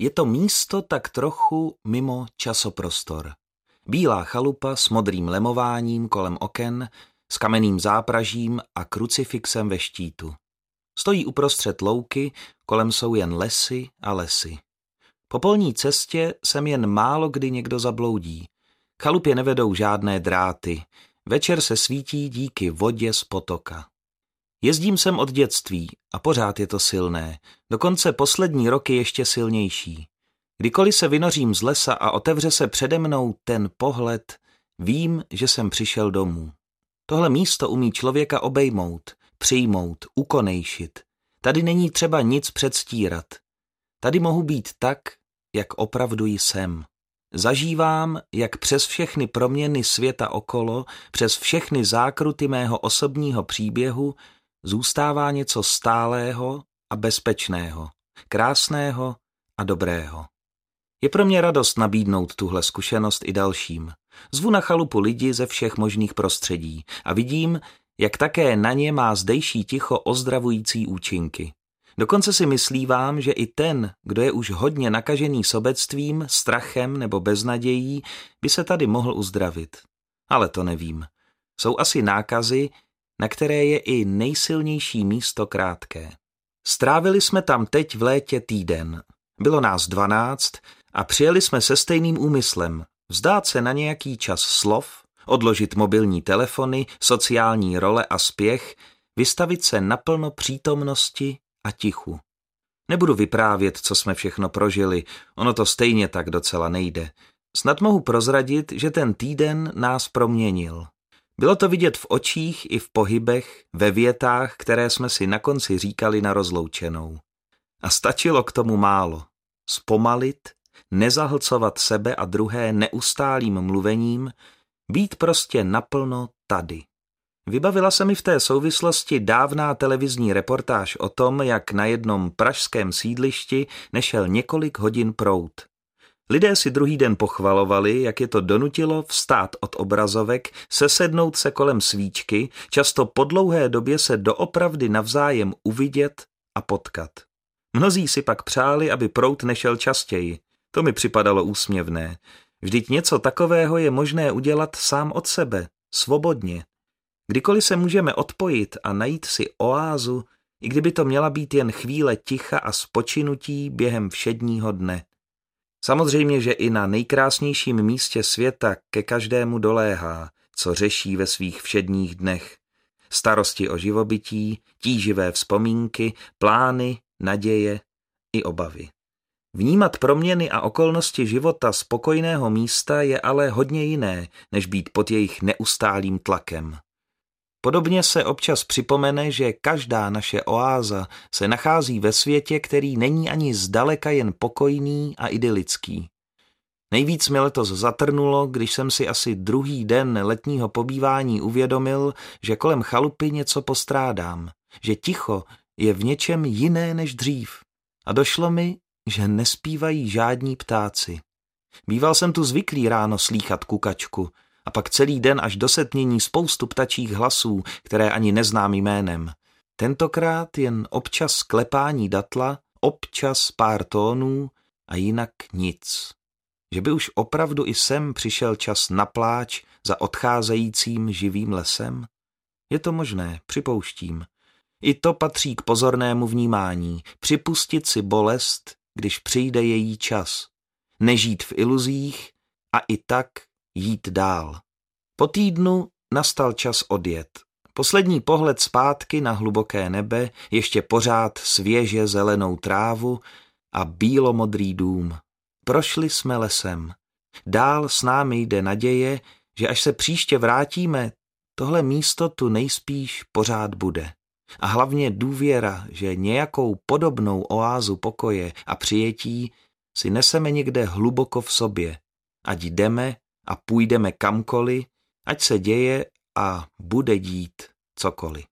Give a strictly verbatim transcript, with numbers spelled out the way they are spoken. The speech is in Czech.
Je to místo tak trochu mimo časoprostor. Bílá chalupa s modrým lemováním kolem oken, s kamenným zápražím a krucifixem ve štítu. Stojí uprostřed louky, kolem jsou jen lesy a lesy. Po polní cestě sem jen málo kdy někdo zabloudí. K chalupě nevedou žádné dráty. Večer se svítí díky vodě z potoka. Jezdím sem od dětství a pořád je to silné. Dokonce poslední roky ještě silnější. Kdykoliv se vynořím z lesa a otevře se přede mnou ten pohled, vím, že jsem přišel domů. Tohle místo umí člověka obejmout, přijmout, ukonejšit. Tady není třeba nic předstírat. Tady mohu být tak, jak opravdu jsem. Zažívám, jak přes všechny proměny světa okolo, přes všechny zákruty mého osobního příběhu zůstává něco stálého a bezpečného, krásného a dobrého. Je pro mě radost nabídnout tuhle zkušenost i dalším. Zvu na chalupu lidi ze všech možných prostředí a vidím, jak také na ně má zdejší ticho ozdravující účinky. Dokonce si myslívám, že i ten, kdo je už hodně nakažený sobectvím, strachem nebo beznadějí, by se tady mohl uzdravit. Ale to nevím. Jsou asi nákazy, na které je i nejsilnější místo krátké. Strávili jsme tam teď v létě týden. Bylo nás dvanáct a přijeli jsme se stejným úmyslem. Vzdát se na nějaký čas slov, odložit mobilní telefony, sociální role a spěch, vystavit se naplno přítomnosti a tichu. Nebudu vyprávět, co jsme všechno prožili, ono to stejně tak docela nejde. Snad mohu prozradit, že ten týden nás proměnil. Bylo to vidět v očích i v pohybech, ve větách, které jsme si na konci říkali na rozloučenou. A stačilo k tomu málo. Zpomalit, nezahlcovat sebe a druhé neustálým mluvením, být prostě naplno tady. Vybavila se mi v té souvislosti dávná televizní reportáž o tom, jak na jednom pražském sídlišti nešel několik hodin proud. Lidé si druhý den pochvalovali, jak je to donutilo vstát od obrazovek, sesednout se kolem svíčky, často po dlouhé době se doopravdy navzájem uvidět a potkat. Mnozí si pak přáli, aby proud nešel častěji. To mi připadalo úsměvné. Vždyť něco takového je možné udělat sám od sebe, svobodně. Kdykoliv se můžeme odpojit a najít si oázu, i kdyby to měla být jen chvíle ticha a spočinutí během všedního dne. Samozřejmě, že i na nejkrásnějším místě světa ke každému doléhá, co řeší ve svých všedních dnech. Starosti o živobytí, tíživé vzpomínky, plány, naděje i obavy. Vnímat proměny a okolnosti života spokojného místa je ale hodně jiné, než být pod jejich neustálým tlakem. Podobně se občas připomene, že každá naše oáza se nachází ve světě, který není ani zdaleka jen pokojný a idylický. Nejvíc mi letos zatrnulo, když jsem si asi druhý den letního pobývání uvědomil, že kolem chalupy něco postrádám, že ticho je v něčem jiné než dřív. A došlo mi, že nespívají žádní ptáci. Býval jsem tu zvyklý ráno slýchat kukačku, a pak celý den až do setmění spoustu ptačích hlasů, které ani neznám jménem. Tentokrát jen občas klepání datla, občas pár tónů a jinak nic. Že by už opravdu i sem přišel čas na pláč za odcházejícím živým lesem? Je to možné, připouštím. I to patří k pozornému vnímání, připustit si bolest, když přijde její čas. Nežít v iluzích a i tak jít dál. Po týdnu nastal čas odjet. Poslední pohled zpátky na hluboké nebe, ještě pořád svěže zelenou trávu a bílomodrý dům. Prošli jsme lesem. Dál s námi jde naděje, že až se příště vrátíme, tohle místo tu nejspíš pořád bude. A hlavně důvěra, že nějakou podobnou oázu pokoje a přijetí si neseme někde hluboko v sobě. Ať jdeme a půjdeme kamkoliv, ať se děje a bude dít cokoliv.